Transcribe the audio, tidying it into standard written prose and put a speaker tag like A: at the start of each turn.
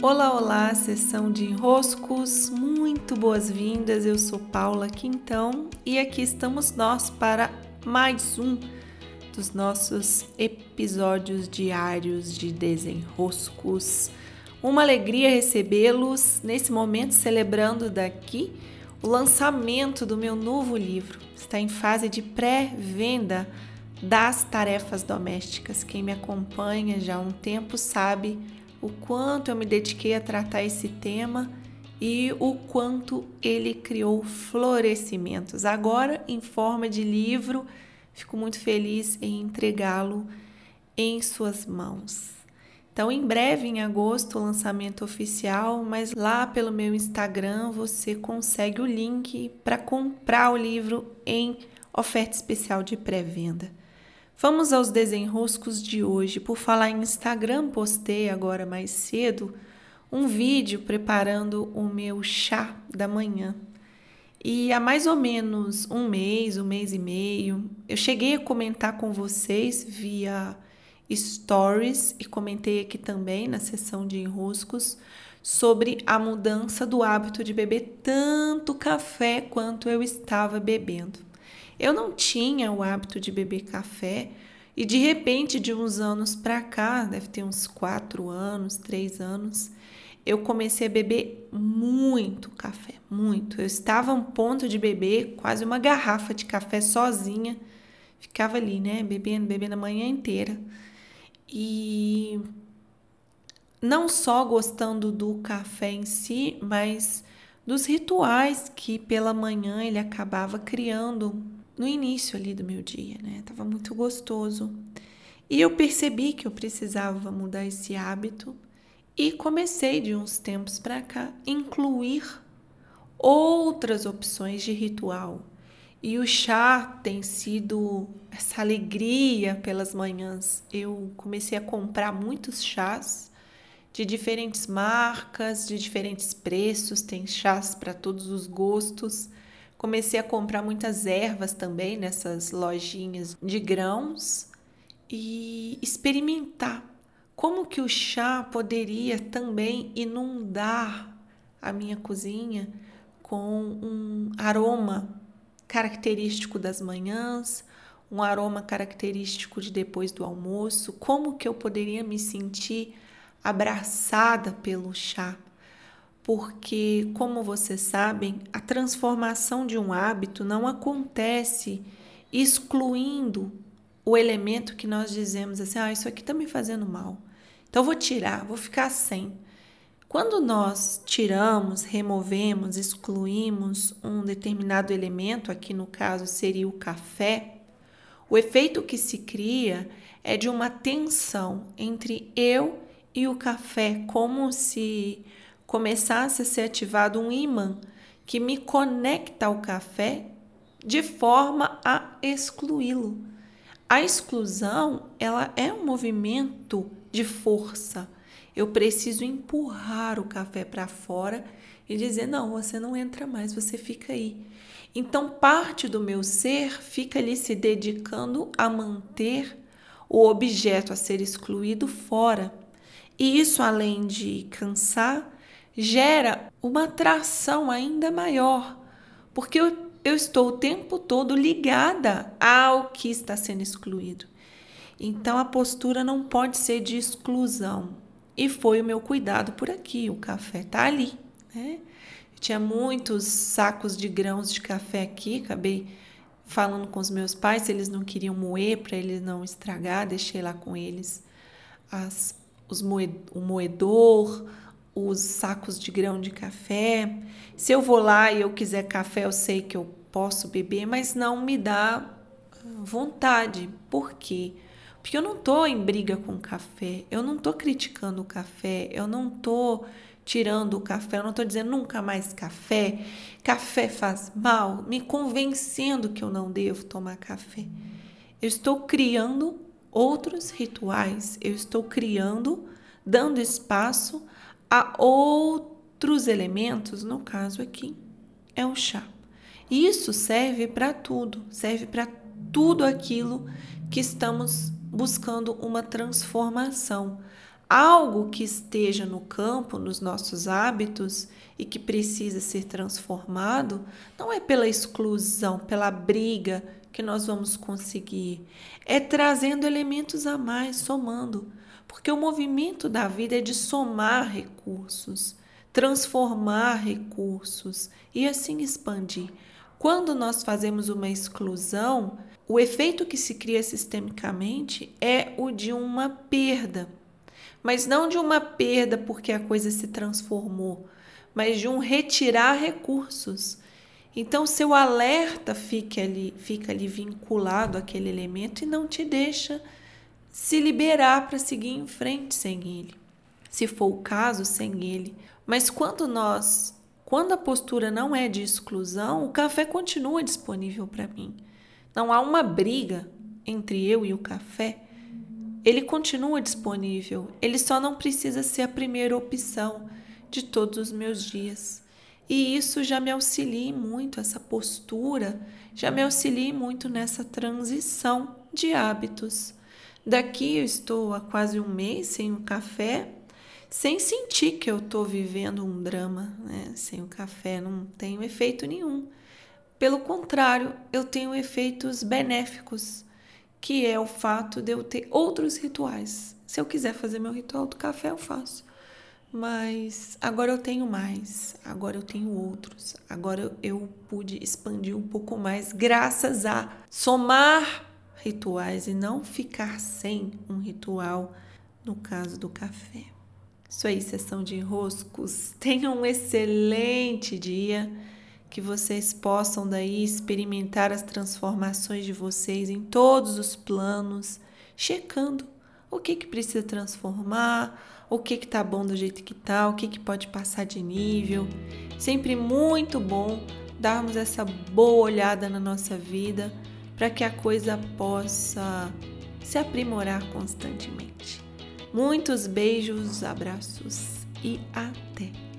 A: Olá, olá, sessão de enroscos, muito boas-vindas, eu sou Paula Quintão e aqui estamos nós para mais um dos nossos episódios diários de desenroscos. Uma alegria recebê-los nesse momento, celebrando daqui o lançamento do meu novo livro. Está em fase de pré-venda das tarefas domésticas. Quem me acompanha já há um tempo sabe o quanto eu me dediquei a tratar esse tema e o quanto ele criou florescimentos. Agora, em forma de livro, fico muito feliz em entregá-lo em suas mãos. Então, em breve, em agosto, o lançamento oficial, mas lá pelo meu Instagram você consegue o link para comprar o livro em oferta especial de pré-venda. Vamos aos desenroscos de hoje. Por falar em Instagram, postei agora mais cedo um vídeo preparando o meu chá da manhã. E há mais ou menos um mês e meio, eu cheguei a comentar com vocês via stories e comentei aqui também na sessão de enroscos sobre a mudança do hábito de beber tanto café quanto eu estava bebendo. Eu não tinha o hábito de beber café e de repente, de uns anos para cá, deve ter uns 4 anos, 3 anos, eu comecei a beber muito café, muito. Eu estava a um ponto de beber quase uma garrafa de café sozinha, ficava ali, né, bebendo a manhã inteira. E não só gostando do café em si, mas dos rituais que pela manhã ele acabava criando no início ali do meu dia, né? Tava muito gostoso. E eu percebi que eu precisava mudar esse hábito e comecei de uns tempos para cá incluir outras opções de ritual. E o chá tem sido essa alegria pelas manhãs. Eu comecei a comprar muitos chás de diferentes marcas, de diferentes preços, tem chás para todos os gostos. Comecei a comprar muitas ervas também nessas lojinhas de grãos e experimentar como que o chá poderia também inundar a minha cozinha com um aroma característico das manhãs, um aroma característico de depois do almoço, como que eu poderia me sentir abraçada pelo chá. Porque, como vocês sabem, a transformação de um hábito não acontece excluindo o elemento que nós dizemos assim, isso aqui está me fazendo mal, então eu vou tirar, vou ficar sem. Quando nós tiramos, removemos, excluímos um determinado elemento, aqui no caso seria o café, o efeito que se cria é de uma tensão entre eu e o café, como se começasse a ser ativado um ímã que me conecta ao café de forma a excluí-lo. A exclusão, ela é um movimento de força. Eu preciso empurrar o café para fora e dizer, não, você não entra mais, você fica aí. Então, parte do meu ser fica ali se dedicando a manter o objeto a ser excluído fora. E isso, além de cansar, gera uma atração ainda maior, porque eu estou o tempo todo ligada ao que está sendo excluído. Então, a postura não pode ser de exclusão. E foi o meu cuidado por aqui. O café está ali, né? Eu tinha muitos sacos de grãos de café aqui. Acabei falando com os meus pais se eles não queriam moer para eles não estragar. Deixei lá com eles o moedor, os sacos de grão de café. Se eu vou lá e eu quiser café, eu sei que eu posso beber, mas não me dá vontade. Por quê? Porque eu não estou em briga com o café, eu não estou criticando o café, eu não estou tirando o café, eu não estou dizendo nunca mais café, café faz mal, me convencendo que eu não devo tomar café. Eu estou criando outros rituais, eu estou criando, dando espaço a outros elementos, no caso aqui é o chá. Isso serve para tudo aquilo que estamos buscando uma transformação. algo que esteja no campo, nos nossos hábitos e que precisa ser transformado, não é pela exclusão, pela briga que nós vamos conseguir, é trazendo elementos a mais, somando, porque o movimento da vida é de somar recursos, transformar recursos e assim expandir. Quando nós fazemos uma exclusão, o efeito que se cria sistemicamente é o de uma perda, mas não de uma perda porque a coisa se transformou, mas de um retirar recursos. Então, seu alerta fica ali vinculado àquele elemento e não te deixa se liberar para seguir em frente sem ele, se for o caso, sem ele. Mas quando a postura não é de exclusão, o café continua disponível para mim. Não há uma briga entre eu e o café. Ele continua disponível. Ele só não precisa ser a primeira opção de todos os meus dias. E isso já me auxilia muito, essa postura já me auxilia muito nessa transição de hábitos. Daqui eu estou há quase um mês sem o café, sem sentir que eu estou vivendo um drama, né? Sem o café não tenho efeito nenhum. Pelo contrário, eu tenho efeitos benéficos, que é o fato de eu ter outros rituais. Se eu quiser fazer meu ritual do café, eu faço. Mas agora eu tenho mais, agora eu tenho outros. Agora eu pude expandir um pouco mais graças a somar rituais e não ficar sem um ritual, no caso do café. Isso aí, sessão de enroscos. Tenham um excelente dia, que vocês possam daí experimentar as transformações de vocês em todos os planos, checando o que precisa transformar, o que tá bom do jeito que tá, o que pode passar de nível. Sempre muito bom darmos essa boa olhada na nossa vida para que a coisa possa se aprimorar constantemente. Muitos beijos, abraços e até!